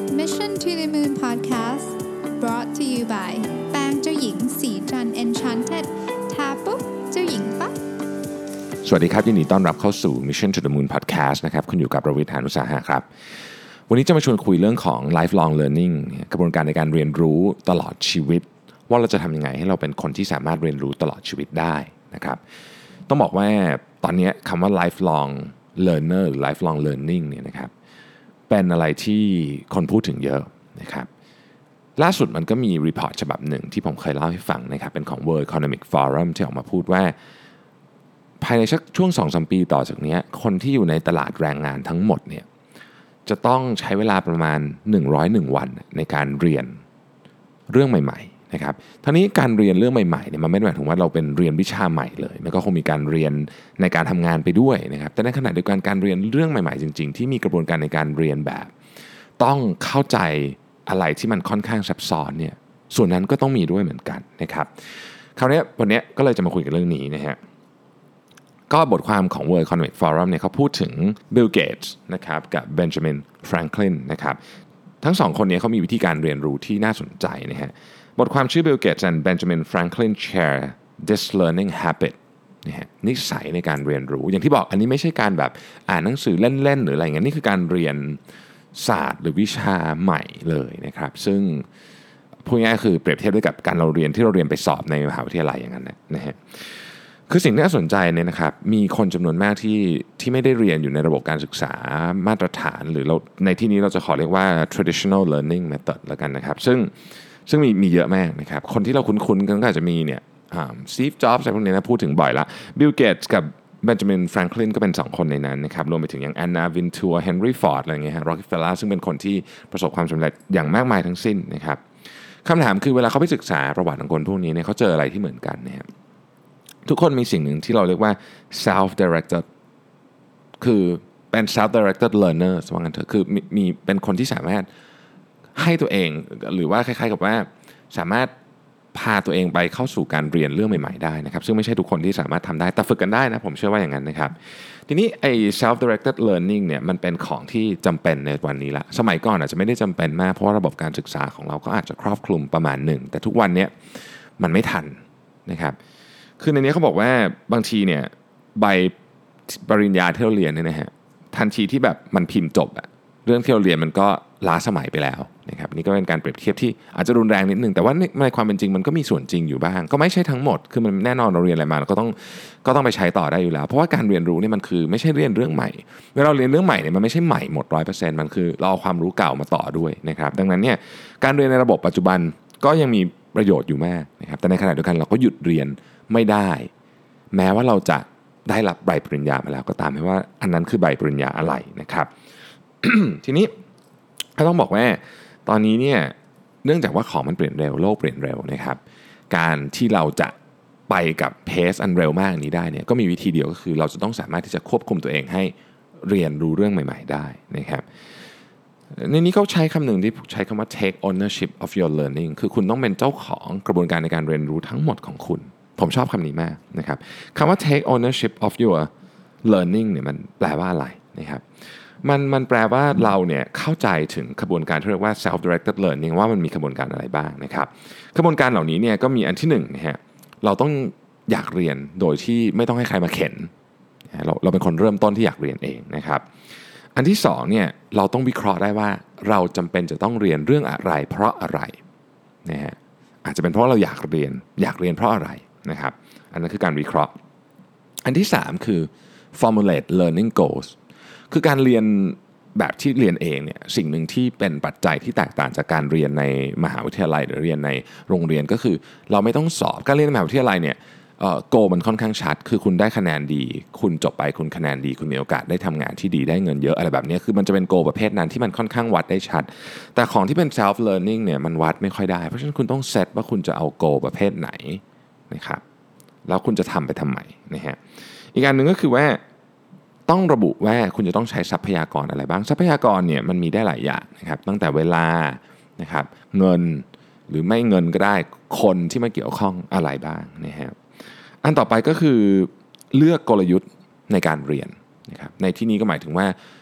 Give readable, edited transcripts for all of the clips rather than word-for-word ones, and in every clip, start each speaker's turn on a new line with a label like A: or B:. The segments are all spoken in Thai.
A: Mission to the Moon Podcast brought to you by แปรงเจ้าหญิงสีจัน Enchanted ทาปุ๊บเจ้าหญิงปั๊บ
B: สวัสดีครับยินดีต้อนรับเข้าสู่ Mission to the Moon Podcast นะครับคุณอยู่กับรวิทย์ หานุสาหะครับวันนี้จะมาชวนคุยเรื่องของ lifelong learning กระบวนการในการเรียนรู้ตลอดชีวิตว่าเราจะทำยังไงให้เราเป็นคนที่สามารถเรียนรู้ตลอดชีวิตได้นะครับต้องบอกว่าตอนนี้คำว่า lifelong learner หรือ lifelong learning เนี่ยนะครับเป็นอะไรที่คนพูดถึงเยอะนะครับล่าสุดมันก็มีรีพอร์ตฉบับหนึ่งที่ผมเคยเล่าให้ฟังนะครับเป็นของ World Economic Forum ที่ออกมาพูดว่าภายในช่วง 2-3 ปีต่อจากนี้คนที่อยู่ในตลาดแรงงานทั้งหมดเนี่ยจะต้องใช้เวลาประมาณ101วันในการเรียนเรื่องใหม่ๆนะครับทั้งนี้การเรียนเรื่องใหม่ๆเนี่ยมันไม่ได้หมายถึงว่าเราเป็นเรียนวิชาใหม่เลยมันก็คงมีการเรียนในการทำงานไปด้วยนะครับแต่ในขณะเดียวกันการเรียนเรื่องใหม่ๆจริงๆที่มีกระบวนการในการเรียนแบบต้องเข้าใจอะไรที่มันค่อนข้างซับซ้อนเนี่ยส่วนนั้นก็ต้องมีด้วยเหมือนกันนะครับคราวนี้วันนี้ก็เลยจะมาคุยกันเรื่องนี้นะฮะก็บทความของ World Economic Forum เนี่ยเขาพูดถึง Bill Gates นะครับกับ Benjamin Franklin นะครับทั้งสองคนนี้เขามีวิธีการเรียนรู้ที่น่าสนใจนะฮะบทความชื่อ Bill Gates and Benjamin Franklin Share This Learning Habit นะฮะนิสัยในการเรียนรู้อย่างที่บอกอันนี้ไม่ใช่การแบบอ่านหนังสือเล่นๆหรืออะไรอย่างเงี้ยนี่คือการเรียนศาสตร์หรือวิชาใหม่เลยนะครับซึ่งพูดง่ายๆคือเปรียบเทียบด้วยกับการเราเรียนที่เราเรียนไปสอบในมหาวิทยาลัยอย่างนั้นนะฮะคือสิ่งที่น่าสนใจเนี่ยนะครับมีคนจำนวนมากที่ไม่ได้เรียนอยู่ในระบบการศึกษามาตรฐานหรือเราในที่นี้เราจะขอเรียกว่า traditional learning method แล้วกันนะครับซึ่งมีเยอะมากนะครับคนที่เราคุ้นๆกันก็อาจจะมีเนี่ยSteve Jobs อะไรพวกนี้นะพูดถึงบ่อยละ Bill Gates กับ Benjamin Franklin ก็เป็น2คนในนั้นนะครับรวมไปถึงอย่าง Anna Wintour Henry Ford อะไรเงี้ยฮะ Rockefeller ซึ่งเป็นคนที่ประสบความสำเร็จอย่างมากมายทั้งสิ้นนะครับคำถามคือเวลาเขาไปศึกษาประวัติของคนพวกนี้เนี่ยเขาเจออะไรที่เหมือนกันนะครับทุกคนมีสิ่งหนึ่งที่เราเรียกว่า self-directed คือเป็น self-directed learners ว่างั้นเถอะคือมีเป็นคนที่สามารถให้ตัวเองหรือว่าคล้ายๆกับว่าสามารถพาตัวเองไปเข้าสู่การเรียนเรื่องใหม่ๆได้นะครับซึ่งไม่ใช่ทุกคนที่สามารถทำได้แต่ฝึกกันได้นะผมเชื่อว่าอย่างนั้นนะครับทีนี้ไอ้ self-directed learning เนี่ยมันเป็นของที่จำเป็นในวันนี้ละสมัยก่อนอาจจะไม่ได้จำเป็นมากเพราะว่าระบบการศึกษาของเราก็อาจจะครอบคลุมประมาณหนึ่งแต่ทุกวันนี้มันไม่ทันนะครับคือในนี้เขาบอกว่าบางทีเนี่ยใบปริญญาที่เราเรียนเนี่ยนะฮะทันทีที่แบบมันพิมพ์จบอะเรื่องที่เราเรียนมันก็ล้าสมัยไปแล้วนะครับนี่ก็เป็นการเปรียบเทียบที่อาจจะรุนแรงนิดนึงแต่ว่าในความเป็นจริงมันก็มีส่วนจริงอยู่บ้างก็ไม่ใช่ทั้งหมดคือมันแน่นอนเราเรียนอะไรมาเราก็ต้องไปใช้ต่อได้อยู่แล้วเพราะว่าการเรียนรู้นี่มันคือไม่ใช่เรียนเรื่องใหม่เวลาเราเรียนเรื่องใหม่เนี่ยมันไม่ใช่ใหม่หมด 100% มันคือเราเอาความรู้เก่ามาต่อด้วยนะครับดังนั้นเนี่ยการเรียนในระบบปัจจุบันก็ยังมีประโยชน์อยู่มากนะครับแต่ในขณะเดียวกันเราก็หยุดเรียนไม่ได้แม้ว่าเราจะได้รับใบปริญญามาแล้วก็ตามไม่ว่าอันนั้นคือใบปริญญาอะไรนะครับ ทีนี้ก็ต้องบอกว่าตอนนี้เนี่ยเนื่องจากว่าของมันเปลี่ยนเร็วโลกเปลี่ยนเร็วนะครับการที่เราจะไปกับเพสอันเร็วมากนี้ได้เนี่ยก็มีวิธีเดียวก็คือเราจะต้องสามารถที่จะควบคุมตัวเองให้เรียนรู้เรื่องใหม่ๆได้นะครับในนี้เขาใช้คำหนึ่งที่ใช้คำว่า take ownership of your learning คือคุณต้องเป็นเจ้าของกระบวนการในการเรียนรู้ทั้งหมดของคุณผมชอบคำนี้มากนะครับคำว่า take ownership of your learning เนี่ยมันแปลว่าอะไรนะครับมันแปลว่าเราเนี่ยเข้าใจถึงกระบวนการที่เรียกว่า self-directed learning ว่ามันมีกระบวนการอะไรบ้างนะครับกระบวนการเหล่านี้เนี่ยก็มีอันที่1นะฮะเราต้องอยากเรียนโดยที่ไม่ต้องให้ใครมาเข็นเราเป็นคนเริ่มต้นที่อยากเรียนเองนะครับอันที่2เนี่ยเราต้องวิเคราะห์ได้ว่าเราจำเป็นจะต้องเรียนเรื่องอะไรเพราะอะไรนะฮะอาจจะเป็นเพราะเราอยากเรียนเพราะอะไรนะครับอันนั้นคือการวิเคราะห์อันที่3คือ formulate learning goalsคือการเรียนแบบที่เรียนเองเนี่ยสิ่งหนึ่งที่เป็นปัจจัยที่แตกต่างจากการเรียนในมหาวิทยาลัยหรือเรียนในโรงเรียนก็คือเราไม่ต้องสอบการเรียนในมหาวิทยาลัยเนี่ยโกมันค่อนข้างชัดคือคุณได้คะแนนดีคุณจบไปคุณคะแนนดีคุณมีโอกาสได้ทำงานที่ดีได้เงินเยอะอะไรแบบนี้คือมันจะเป็นโกประเภทนั้นที่มันค่อนข้างวัดได้ชัดแต่ของที่เป็น self learning เนี่ยมันวัดไม่ค่อยได้เพราะฉะนั้นคุณต้องเซตว่าคุณจะเอาโกประเภทไหนนะครับแล้วคุณจะทำไปทำไมนะฮะอีกอันหนึ่งก็คือว่าต้องระบุว่าคุณจะต้องใช้ทรัพยากรอะไรบ้างทรัพยากรเนี่ยมันมีได้หลายอย่างนะครับตั้งแต่เวลานะครับเงินหรือไม่เงินก็ได้คนที่มาเกี่ยวข้องอะไรบ้างนะครับอันต่อไปก็คือเลือกกลยุทธ์ในการเรียนนะครับในที่นี้ก็หมายถึงว่า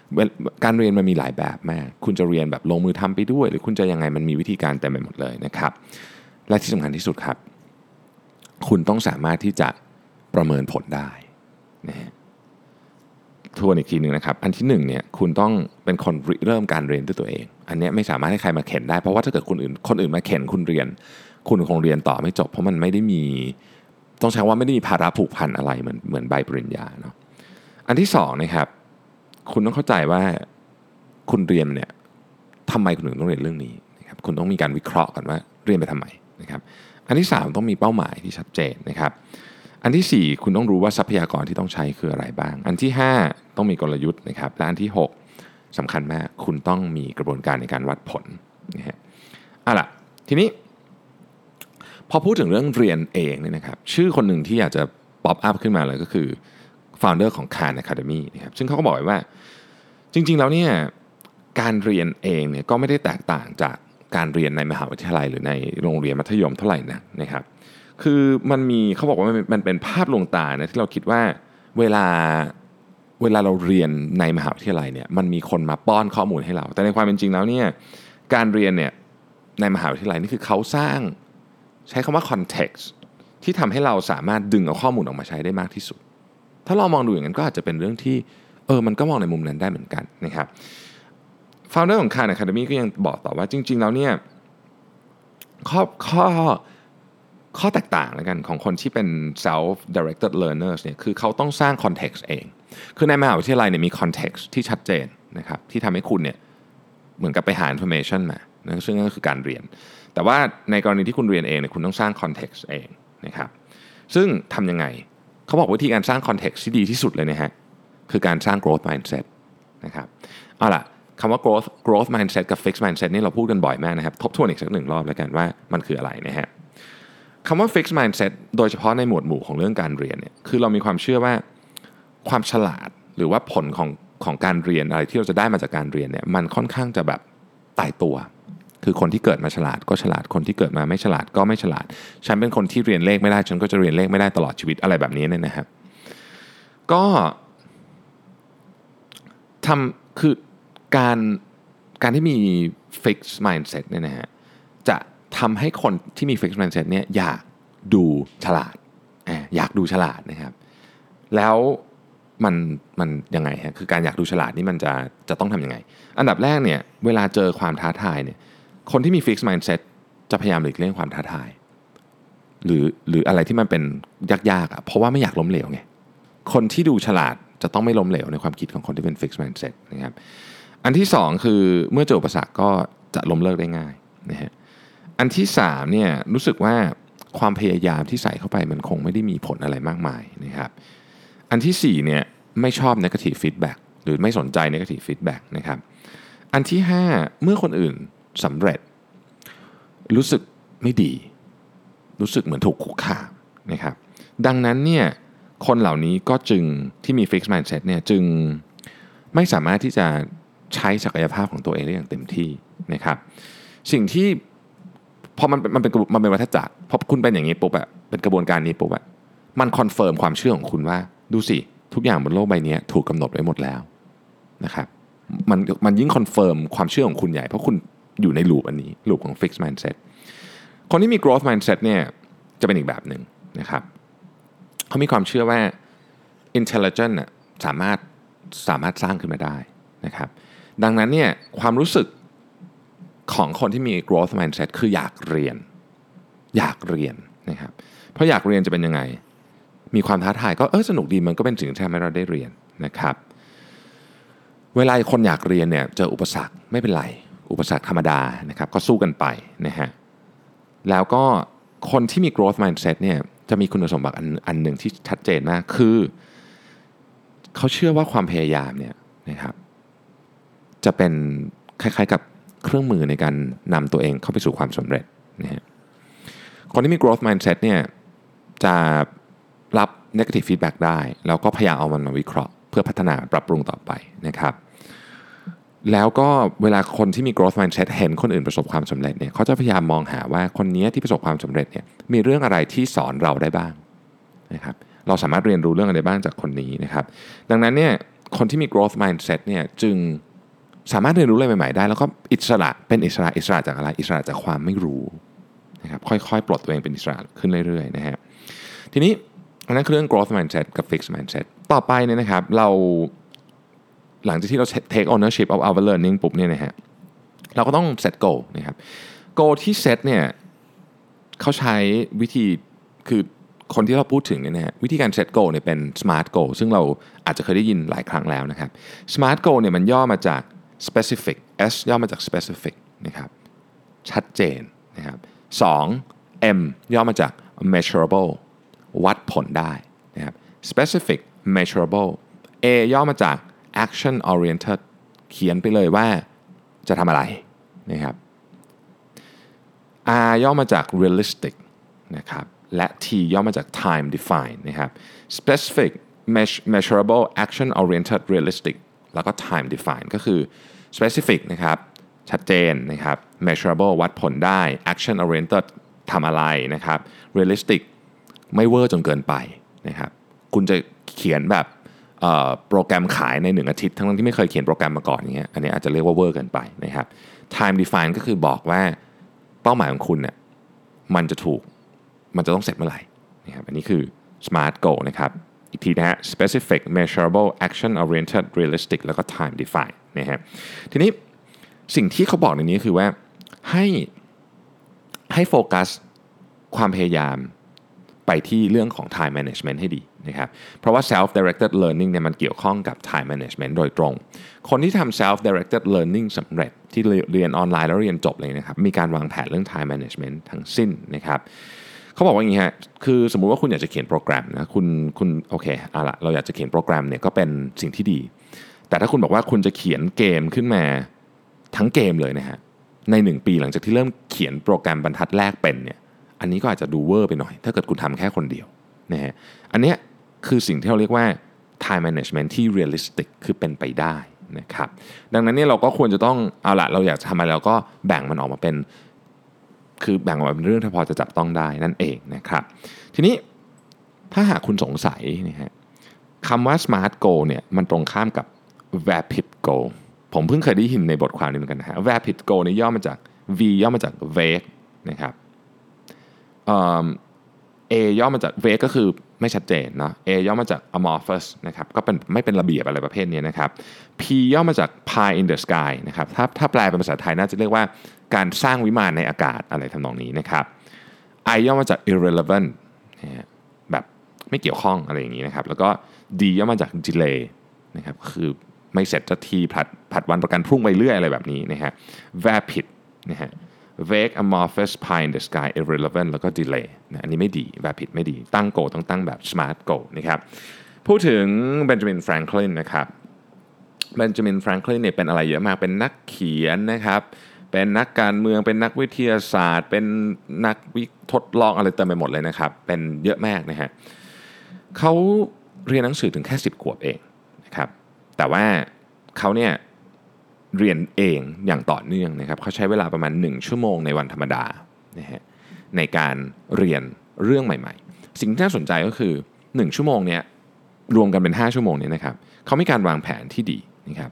B: การเรียนมันมีหลายแบบมากคุณจะเรียนแบบลงมือทำไปด้วยหรือคุณจะยังไงมันมีวิธีการเต็มไปหมดเลยนะครับและที่สำคัญที่สุดครับคุณต้องสามารถที่จะประเมินผลได้นะฮะทวนอีกทีนึงนะครับอันที่1เนี่ยคุณต้องเป็นคนเริ่มการเรียนด้วยตัวเองอันนี้ไม่สามารถให้ใครมาเข็นได้เพราะว่าถ้าเกิดคนอื่นมาเข็นคุณเรียนคุณคงเรียนต่อไม่จบเพราะมันไม่ได้มีต้องใช้ว่าไม่ได้มีภาระผูกพันอะไรเหมือนใบปริญญาเนาะอันที่2นะครับคุณต้องเข้าใจว่าคุณเรียนเนี่ยทำไมคุณถึงต้องเรียนเรื่องนี้นะครับคุณต้องมีการวิเคราะห์กันว่าเรียนไปทำไมนะครับอันที่3ต้องมีเป้าหมายที่ชัดเจนนะครับอันที่4คุณต้องรู้ว่าทรัพยากรที่ต้องใช้คืออะไรบ้างอันที่5ต้องมีกลยุทธ์นะครับและอันที่6สำคัญมากคุณต้องมีกระบวนการในการวัดผลนะฮะล่ะทีนี้พอพูดถึงเรื่องเรียนเองเนี่ยนะครับชื่อคนหนึ่งที่อยากจะป๊อปอัพขึ้นมาเลยก็คือ founder ของ Khan Academy นะครับซึ่งเขาก็บอกไว้ว่าจริงๆแล้วเนี่ยการเรียนเองเนี่ยก็ไม่ได้แตกต่างจากการเรียนในมหาวิทยาลัยหรือในโรงเรียนมัธยมเท่าไหร่นะครับคือมันมีเขาบอกว่ามันเป็นภาพลวงตานะที่เราคิดว่าเวลาเราเรียนในมหาวิทยาลัยเนี่ยมันมีคนมาป้อนข้อมูลให้เราแต่ในความเป็นจริงแล้วเนี่ยการเรียนเนี่ยในมหาวิทยาลัยนี่คือเขาสร้างใช้คำว่า context ที่ทำให้เราสามารถดึงเอาข้อมูลออกมาใช้ได้มากที่สุดถ้าเรามองดูอย่างนั้นก็อาจจะเป็นเรื่องที่มันก็มองในมุมนั้นได้เหมือนกันนะครับ founder ของ Khan Academy ก็ยังบอกต่อว่าจริงๆแล้วเนี่ยข้อแตกต่างแล้วกันของคนที่เป็น self directed learners เนี่ยคือเขาต้องสร้าง context เองคือในมหาวิทยาลัยเนี่ยมี context ที่ชัดเจนนะครับที่ทำให้คุณเนี่ยเหมือนกับไปหา information มานะซึ่งนั่นก็คือการเรียนแต่ว่าในกรณีที่คุณเรียนเองเนี่ยคุณต้องสร้าง context เองนะครับซึ่งทำยังไงเขาบอกวิธีการสร้าง context ที่ดีที่สุดเลยนะฮะคือการสร้าง growth mindset นะครับเอาล่ะคำว่า growth mindset กับ fixed mindset นี่เราพูดกันบ่อยมากนะครับทบทวนอีกสัก1รอบแล้วกันว่ามันคืออะไรนะฮะคำว่า fixed mindset โดยเฉพาะในหมวดหมู่ของเรื่องการเรียนเนี่ยคือเรามีความเชื่อว่าความฉลาดหรือว่าผลของการเรียนอะไรที่เราจะได้มาจากการเรียนเนี่ยมันค่อนข้างจะแบบตายตัวคือคนที่เกิดมาฉลาดก็ฉลาดคนที่เกิดมาไม่ฉลาดก็ไม่ฉลาดฉันเป็นคนที่เรียนเลขไม่ได้ฉันก็จะเรียนเลขไม่ได้ตลอดชีวิตอะไรแบบนี้เนี่ยนะครับก็คือการที่มี fixed mindset เนี่ยนะฮะจะทำให้คนที่มี fixed mindset เนี่ยอยากดูฉลาดอยากดูฉลาดนะครับแล้วมันยังไงฮะคือการอยากดูฉลาดนี่มันจะต้องทำยังไงอันดับแรกเนี่ยเวลาเจอความท้าทายเนี่ยคนที่มี fixed mindset จะพยายามหลีกเลี่ยงความท้าทายหรืออะไรที่มันเป็นยากๆเพราะว่าไม่อยากล้มเหลวไงคนที่ดูฉลาดจะต้องไม่ล้มเหลวในความคิดของคนที่เป็น fixed mindset นะครับอันที่2คือเมื่อเจออุปสรรคก็จะล้มเลิกได้ง่ายนะฮะอันที่3เนี่ยรู้สึกว่าความพยายามที่ใส่เข้าไปมันคงไม่ได้มีผลอะไรมากมายนะครับอันที่4เนี่ยไม่ชอบ negative feedback หรือไม่สนใจ negative feedback นะครับอันที่5เมื่อคนอื่นสำเร็จรู้สึกไม่ดีรู้สึกเหมือนถูกคุกคามนะครับดังนั้นเนี่ยคนเหล่านี้ก็จึงที่มี fixed mindset เนี่ยจึงไม่สามารถที่จะใช้ศักยภาพของตัวเองได้อย่างเต็มที่นะครับสิ่งที่พอมันเป็นวัฏจักรพอคุณเป็นอย่างนี้ปุ๊บอะเป็นกระบวนการนี้ปุ๊บอะมันคอนเฟิร์มความเชื่อของคุณว่าดูสิทุกอย่างบนโลกใบนี้ถูกกำหนดไว้หมดแล้วนะครับมันยิ่งคอนเฟิร์มความเชื่อของคุณใหญ่เพราะคุณอยู่ในลูปอันนี้ลูปของ fixed mindset คนที่มี growth mindset เนี่ยจะเป็นอีกแบบหนึ่งนะครับเขามีความเชื่อว่า intelligence น่ะสามารถสร้างขึ้นมาได้นะครับดังนั้นเนี่ยความรู้สึกของคนที่มี growth mindset คืออยากเรียนนะครับเพราะอยากเรียนจะเป็นยังไงมีความท้าทายก็สนุกดีมันก็เป็นสิ่งที่ทำให้เราได้เรียนนะครับเวลาคนอยากเรียนเนี่ยเจออุปสรรคไม่เป็นไรอุปสรรคธรรมดานะครับก็สู้กันไปนะฮะแล้วก็คนที่มี growth mindset เนี่ยจะมีคุณสมบัติอันหนึ่งที่ชัดเจนมากคือเขาเชื่อว่าความพยายามเนี่ยนะครับจะเป็นคล้ายๆกับเครื่องมือในการนำตัวเองเข้าไปสู่ความสำเร็จนะฮะคนที่มี growth mindset เนี่ยจะรับ negative feedback ได้แล้วก็พยายามเอามันมาวิเคราะห์เพื่อพัฒนาปรับปรุงต่อไปนะครับแล้วก็เวลาคนที่มี growth mindset เห็นคนอื่นประสบความสำเร็จเนี่ยเขาจะพยายามมองหาว่าคนนี้ที่ประสบความสำเร็จเนี่ยมีเรื่องอะไรที่สอนเราได้บ้างนะครับเราสามารถเรียนรู้เรื่องอะไรบ้างจากคนนี้นะครับดังนั้นเนี่ยคนที่มี growth mindset เนี่ยจึงสามารถเรียนรู้อะไรใหม่ๆได้แล้วก็อิสระเป็นอิสระจากอะไรอิสระจากความไม่รู้นะครับค่อยๆปลดตัวเองเป็นอิสระขึ้นเรื่อยๆนะฮะทีนี้อันนั้นคือเรื่อง growth mindset กับ fixed mindset ต่อไปเนี่ยนะครับเราหลังจากที่เรา take ownership of our learning ปุ๊บเนี่ยนะฮะเราก็ต้อง set goal นะครับ goal ที่ set เนี่ยเขาใช้วิธีคือคนที่เราพูดถึงเนี่ยนะฮะวิธีการ set goal เนี่ยเป็น smart goal ซึ่งเราอาจจะเคยได้ยินหลายครั้งแล้วนะครับ smart goal เนี่ยมันย่อมาจาก specific S ย่อมาจาก specific นะครับชัดเจนนะครับ2 M ย่อมาจาก measurable วัดผลได้นะครับ specific measurable A ย่อมาจาก action oriented เขียนไปเลยว่าจะทำอะไรนะครับ R ย่อมาจาก realistic นะครับและ T ย่อมาจาก time defined นะครับ specific measurable action oriented realistic แล้วก็ time defined ก็คือ specific นะครับชัดเจนนะครับ measurable วัดผลได้ action oriented ทำอะไรนะครับ realistic ไม่เวอร์จนเกินไปนะครับคุณจะเขียนแบบโปรแกรมขายใน1อาทิตย์ทั้งที่ไม่เคยเขียนโปรแกรมมาก่อนอย่างเงี้ยอันนี้อาจจะเรียกว่าเวอร์เกินไปนะครับ time define ก็คือบอกว่าเป้าหมายของคุณเนี่ยมันจะต้องเสร็จเมื่อไหร่นะครับอันนี้คือ smart goal นะครับอีกทีนะฮะ specific measurable action oriented realistic แล้วก็ time define นะฮะทีนี้สิ่งที่เขาบอกในนี้คือว่าให้โฟกัสความพยายามไปที่เรื่องของ time management ให้ดีนะครับเพราะว่า self directed learning เนี่ยมันเกี่ยวข้องกับ time management โดยตรงคนที่ทำ self directed learning สำเร็จที่เรียนออนไลน์แล้วเรียนจบเลยนะครับมีการวางแผนเรื่อง time management ทั้งสิ้นนะครับเขาบอกว่าอย่างนี้ฮะคือสมมุติว่าคุณอยากจะเขียนโปรแกรมนะคุณโอเคเอาละเราอยากจะเขียนโปรแกรมเนี่ยก็เป็นสิ่งที่ดีแต่ถ้าคุณบอกว่าคุณจะเขียนเกมขึ้นมาทั้งเกมเลยนะฮะใน1 ปีหลังจากที่เริ่มเขียนโปรแกรมบรรทัดแรกเป็นเนี่ยอันนี้ก็อาจจะดูเวอร์ไปหน่อยถ้าเกิดคุณทำแค่คนเดียวนะฮะอันเนี้ยคือสิ่งที่เราเรียกว่า time management ที่ realistic คือเป็นไปได้นะครับดังนั้นเนี่ยเราก็ควรจะต้องเอาละเราอยากทำอะไรเราก็แบ่งมันออกมาเป็นคือแบ่งออกมาเป็นเรื่องที่พอจะจับต้องได้นั่นเองนะครับทีนี้ถ้าหากคุณสงสัยนะฮะคำว่า smart goal เนี่ยมันตรงข้ามกับ rapid goal ผมเพิ่งเคยได้ยินในบทความนี้เหมือนกันนะฮะ rapid goal นี่ย่อมาจาก V ย่อมาจาก vague นะครับA ย่อมาจาก vague ก็คือไม่ชัดเจนเนาะ A ย่อมาจาก amorphous นะครับก็เป็นไม่เป็นระเบียบอะไรประเภทนี้นะครับ P ย่อมาจาก pie in the sky นะครับถ้าแปลเป็นภาษาไทยน่าจะเรียกว่าการสร้างวิมานในอากาศอะไรทำนองนี้นะครับ I ย่อมาจาก irrelevant แบบไม่เกี่ยวข้องอะไรอย่างนี้นะครับแล้วก็ D ย่อมาจาก delay นะครับคือไม่เสร็จสักทีผัดวันประกันพรุ่งไปเรื่อยอะไรแบบนี้นะฮะ vapid นะฮะvague amorphous pie in the sky irrelevant แล้วก็ delay นะอันนี้ไม่ดีแบบผิดไม่ดีตั้ง goal ต้องตั้งแบบ smart goal นะครับพูดถึง Benjamin Franklin นะครับ Benjamin Franklin เนี่ยเป็นอะไรเยอะมากเป็นนักเขียนนะครับเป็นนักการเมืองเป็นนักวิทยาศาสตร์เป็นนักทดลองอะไรเต็มไปหมดเลยนะครับเป็นเยอะมากนะฮะเขาเรียนหนังสือถึงแค่10 ขวบเองนะครับแต่ว่าเขาเนี่ยเรียนเองอย่างต่อเนื่องนะครับเขาใช้เวลาประมาณ1 ชั่วโมงในวันธรรมดานะฮะในการเรียนเรื่องใหม่ๆสิ่งที่น่าสนใจก็คือ1 ชั่วโมงเนี้ยรวมกันเป็น5 ชั่วโมงนี้นะครับเขามีการวางแผนที่ดีนะครับ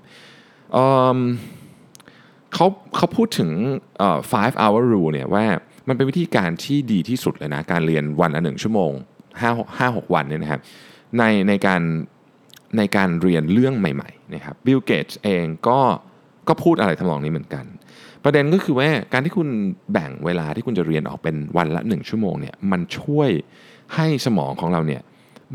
B: เขาพูดถึง5 hour rule เนี่ยว่ามันเป็นวิธีการที่ดีที่สุดเลยนะการเรียนวันละ1 ชั่วโมง5-6 วันเนี่ยนะครับในการเรียนเรื่องใหม่ๆนะครับบิลเกตส์เองก็พูดอะไรทำนองนี้เหมือนกันประเด็นก็คือว่าการที่คุณแบ่งเวลาที่คุณจะเรียนออกเป็นวันละ1 ชั่วโมงเนี่ยมันช่วยให้สมองของเราเนี่ย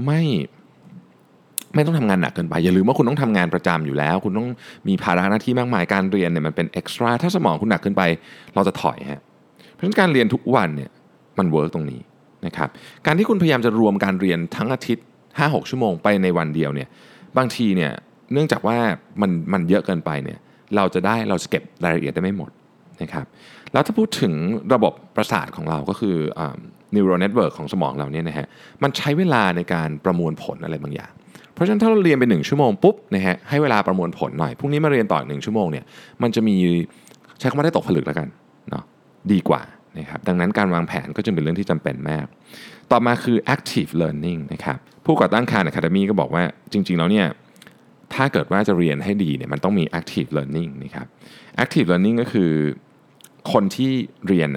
B: ไม่ต้องทำงานหนักเกินไปอย่าลืมว่าคุณต้องทำงานประจำอยู่แล้วคุณต้องมีภาระหน้าที่มากมายการเรียนเนี่ยมันเป็นเอ็กซ์ตร้าถ้าสมองคุณหนักเกินไปเราจะถอยฮะเพราะฉะนั้นการเรียนทุกวันเนี่ยมันเวิร์กตรงนี้นะครับการที่คุณพยายามจะรวมการเรียนทั้งอาทิตย์ 5-6 ชั่วโมงไปในวันเดียวเนี่ยบางทีเนี่ยเนื่องจากว่ามันเยอะเกินไปเนี่ยเราจะเก็บรายละเอียดได้ไม่หมดนะครับแล้วถ้าพูดถึงระบบประสาทของเราก็คือneural network ของสมองเราเนี่ยนะฮะมันใช้เวลาในการประมวลผลอะไรบางอย่างเพราะฉะนั้นถ้าเราเรียนไป1 ชั่วโมงปุ๊บนะฮะให้เวลาประมวลผลหน่อยพรุ่งนี้มาเรียนต่อ1 ชั่วโมงเนี่ยมันจะมีใช้คำว่าได้ตกผลึกแล้วกันเนาะดีกว่านะครับดังนั้นการวางแผนก็จึงเป็นเรื่องที่จำเป็นมากต่อมาคือ active learning นะครับผู้ก่อตั้ง Khan Academy ก็บอกว่าจริงๆแล้วเนี่ยถ้าเกิดว่าจะเรียนให้ดีเนี่ยมันต้องมี active learning นะครับ active learning ก็คือคนที่เรียน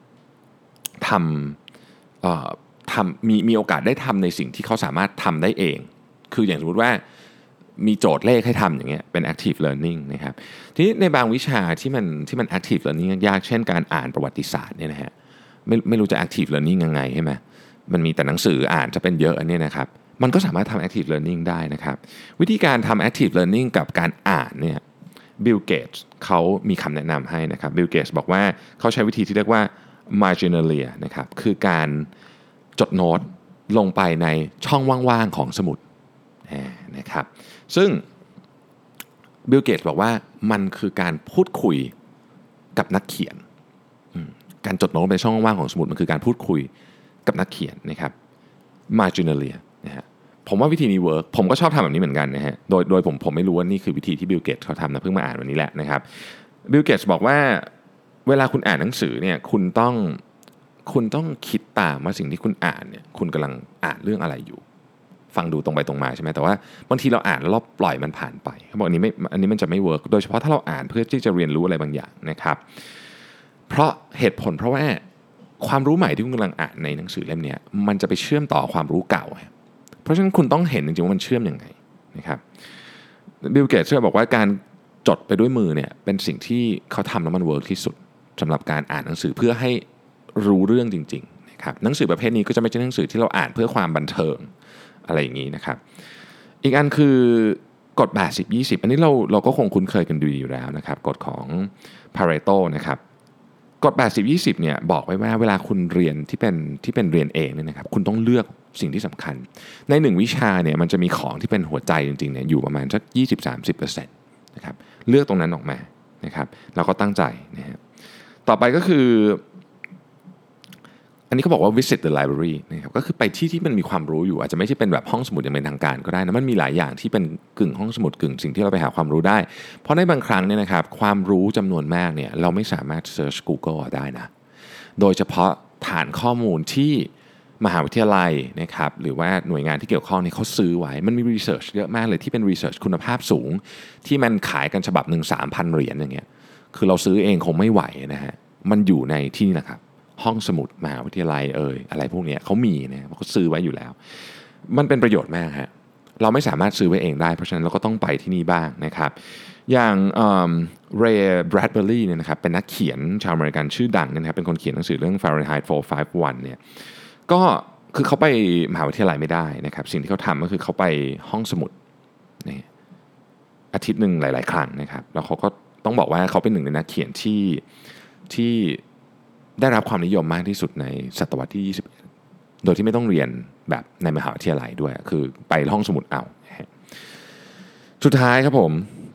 B: มีโอกาสได้ทำในสิ่งที่เขาสามารถทำได้เองคืออย่างสมมติว่ามีโจทย์เลขให้ทำอย่างเงี้ยเป็น active learning นะครับทีนี้ในบางวิชาที่มัน active learning ยากเช่นการอ่านประวัติศาสตร์เนี่ยนะฮะไม่รู้จะ active learning ยังไงใช่ไหมมันมีแต่หนังสืออ่านจะเป็นเยอะอันนี้นะครับมันก็สามารถทำ active learning ได้นะครับวิธีการทำ active learning กับการอ่านเนี่ยบิล เกตส์เขามีคำแนะนำให้นะครับบิล เกตส์บอกว่าเขาใช้วิธีที่เรียกว่า marginalia นะครับคือการจดโน้ตลงไปในช่องว่างๆของสมุดนะครับซึ่งบิล เกตส์บอกว่ามันคือการพูดคุยกับนักเขียนการจดโน้ตในช่องว่างๆของสมุดมันคือการพูดคุยกับนักเขียนนะครับ marginalia นะฮะผมว่าวิธีนี้เวิร์กผมก็ชอบทำแบบนี้เหมือนกันนะฮะโดยผมไม่รู้ว่านี่คือวิธีที่บิล เกตส์เขาทำนะเพิ่งมาอ่านวันนี้แหละนะครับบิล เกตส์บอกว่าเวลาคุณอ่านหนังสือเนี่ยคุณต้องคิดตามว่าสิ่งที่คุณอ่านเนี่ยคุณกำลังอ่านเรื่องอะไรอยู่ฟังดูตรงไปตรงมาใช่ไหมแต่ว่าบางทีเราอ่านแล้วเราปล่อยมันผ่านไปเขาบอกอันนี้มันจะไม่เวิร์กโดยเฉพาะถ้าเราอ่านเพื่อที่จะเรียนรู้อะไรบางอย่างนะครับเพราะเหตุผลเพราะว่าความรู้ใหม่ที่คุณกำลังอ่านในหนังสือเล่มนี้มันจะไปเชื่อมต่อความรู้เก่าเพราะฉะนั้นคุณต้องเห็นจริงๆว่ามันเชื่อมยังไงนะครับบิล เกตส์บอกว่าการจดไปด้วยมือเนี่ยเป็นสิ่งที่เขาทำแล้วมันเวิร์กที่สุดสำหรับการอ่านหนังสือเพื่อให้รู้เรื่องจริงๆนะครับหนังสือประเภทนี้ก็จะไม่ใช่หนังสือที่เราอ่านเพื่อความบันเทิงอะไรอย่างนี้นะครับอีกอันคือกฎ 80-20 อันนี้เราก็คงคุ้นเคยกันดีอยู่แล้วนะครับกฎของ Pareto นะครับกฎ 80-20 เนี่ยบอกไว้ว่าเวลาคุณเรียนที่เป็นเรียนเองเนี่ยนะครับคุณต้องเลือกสิ่งที่สำคัญใน1วิชาเนี่ยมันจะมีของที่เป็นหัวใจจริงๆเนี่ยอยู่ประมาณสัก 20-30% นะครับเลือกตรงนั้นออกมานะครับแล้วก็ตั้งใจนะฮะต่อไปก็คืออันนี้เขาบอกว่า visit the library นะครับก็คือไปที่มันมีความรู้อยู่อาจจะไม่ใช่เป็นแบบห้องสมุดอย่างเป็นทางการก็ได้นะมันมีหลายอย่างที่เป็นกึ่งห้องสมุดกึ่งสิ่งที่เราไปหาความรู้ได้เพราะในบางครั้งเนี่ยนะครับความรู้จำนวนมากเนี่ยเราไม่สามารถ search Google ได้นะโดยเฉพาะฐานข้อมูลที่มหาวิทยาลัยนะครับหรือว่าหน่วยงานที่เกี่ยวข้องนี่เขาซื้อไว้มันมี research เยอะมากเลยที่เป็น research คุณภาพสูงที่มันขายกันฉบับหนึ่ง 3,000 เหรียญอย่างเงี้ยคือเราซื้อเองคงไม่ไหวนะฮะมันอยู่ในที่นี่นะครับห้องสมุดมหาวิทยาลัยอะไรพวกนี้เขามีนะเขาซื้อไว้อยู่แล้วมันเป็นประโยชน์มากฮะเราไม่สามารถซื้อไว้เองได้เพราะฉะนั้นเราก็ต้องไปที่นี่บ้างนะครับอย่างเรย์แบรดเบอร์รี่เนี่ยนะครับเป็นนักเขียนชาวอเมริกันชื่อดังนะครับเป็นคนเขียนหนังสือเรื่อง Fahrenheit 451 เนี่ยก็คือเขาไปมหาวิทยาลัยไม่ได้นะครับสิ่งที่เขาทำก็คือเขาไปห้องสมุดนี่อาทิตย์หนึ่งหลายๆครั้งนะครับแล้วเขาก็ต้องบอกว่าเขาเป็นหนึ่งในนักเขียนที่ได้รับความนิยมมากที่สุดในศตวรรษที่ 21 โดยที่ไม่ต้องเรียนแบบในมหาวิทยาลัยด้วยคือไปห้องสมุดเอาสุดท้ายครับผม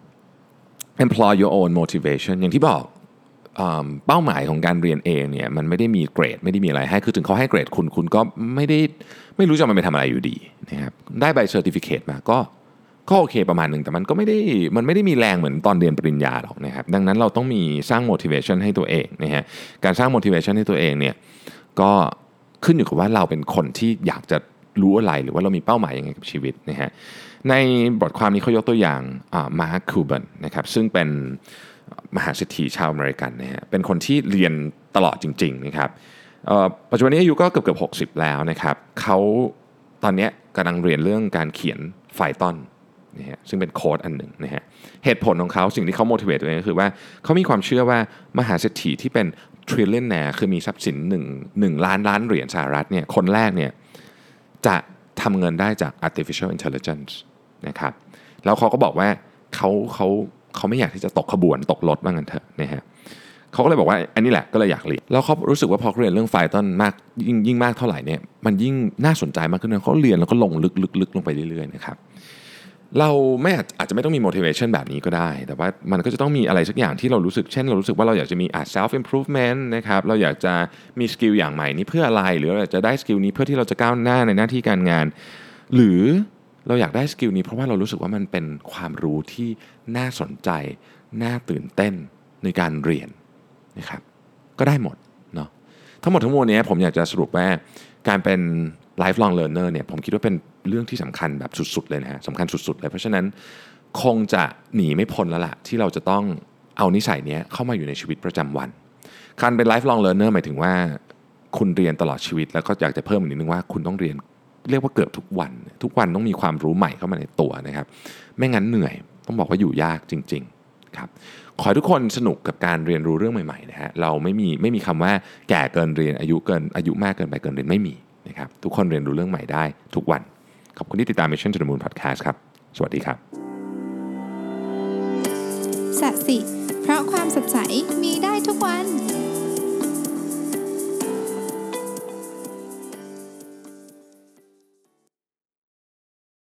B: employ your own motivation อย่างที่บอกเป้าหมายของการเรียนเองเนี่ยมันไม่ได้มีเกรดไม่ได้มีอะไรให้คือถึงเขาให้เกรดคุณก็ไม่รู้จะมันไปทำอะไรอยู่ดีนะครับได้ใบเซอร์ติฟิเคตมาก็โอเคประมาณนึงแต่มันไม่ได้มีแรงเหมือนตอนเรียนปริญญาหรอกนะครับดังนั้นเราต้องมีสร้าง motivation ให้ตัวเองนะฮะการสร้าง motivation ให้ตัวเองเนี่ยก็ขึ้นอยู่กับว่าเราเป็นคนที่อยากจะรู้อะไรหรือว่าเรามีเป้าหมายยังไงกับชีวิตนะฮะในบทความนี้เขายกตัวอย่างมาร์ค คูเบนนะครับซึ่งเป็นมหาเศรษฐีชาวอเมริกันนะฮะเป็นคนที่เรียนตลอดจริงๆนะครับปัจจุบันนี้อายุก็เกือบ60แล้วนะครับเขาตอนนี้กำลังเรียนเรื่องการเขียน Pythonนะฮะซึ่งเป็นโค้ดอันหนึ่งนะฮะเหตุผลของเขาสิ่งที่เขา motivate ตัวเองก็คือว่าเขามีความเชื่อว่ามหาเศรษฐีที่เป็น trillionaire คือมีทรัพย์สิน1 ล้านเหรียญสหรัฐเนี่ยคนแรกเนี่ยจะทำเงินได้จาก artificial intelligence นะครับแล้วเขาก็บอกว่าเขาไม่อยากที่จะตกขบวนตกรถว่างั้นเถอะนะฮะเขาก็เลยบอกว่าอันนี้แหละก็เลยอยากเรียนแล้วเขารู้สึกว่าพอเรียนเรื่อง Python มากยิ่งมากเท่าไหร่เนี่ยมันยิ่งน่าสนใจมากขึ้นเขาเรียนแล้วก็ลงลึกลงไปเรื่อยๆนะครับเราอาจจะไม่ต้องมี motivation แบบนี้ก็ได้แต่ว่ามันก็จะต้องมีอะไรสักอย่างที่เรารู้สึกเช่นเรารู้สึกว่าเราอยากจะมีself improvement นะครับเราอยากจะมีสกิลอย่างใหม่นี้เพื่ออะไรหรือเราอยากจะได้สกิลนี้เพื่อที่เราจะก้าวหน้าในหน้าที่การงานหรือเราอยากได้สกิลนี้เพราะว่าเรารู้สึกว่ามันเป็นความรู้ที่น่าสนใจน่าตื่นเต้นในการเรียนนะครับก็ได้หมดเนาะทั้งหมดทั้งมวลนี้ผมอยากจะสรุปว่าการเป็น lifelong learner เนี่ยผมคิดว่าเป็นเรื่องที่สำคัญแบบสุดๆเลยนะฮะสำคัญสุดๆเลยเพราะฉะนั้นคงจะหนีไม่พ้นแล้วล่ะที่เราจะต้องเอานิสัยนี้เข้ามาอยู่ในชีวิตประจำวันการเป็น lifelong learner หมายถึงว่าคุณเรียนตลอดชีวิตแล้วก็อยากจะเพิ่มอีกนิดนึงว่าคุณต้องเรียนเรียกว่าเกือบทุกวันต้องมีความรู้ใหม่เข้ามาในตัวนะครับไม่งั้นเหนื่อยต้องบอกว่าอยู่ยากจริงๆครับขอให้ทุกคนสนุกกับการเรียนรู้เรื่องใหม่ๆนะฮะเราไม่มีคำว่าแก่เกินเรียนอายุมากเกินไปเกินเรียนไม่มีนะครับทุกคนเรียนรู้เรื่องใหม่ได้ทุกวันขอบคุณที่ติดตาม Mission to the Moon Podcast ครับสวัสดีครับ
A: สัสิเพราะความสดใสมีได้ทุกวัน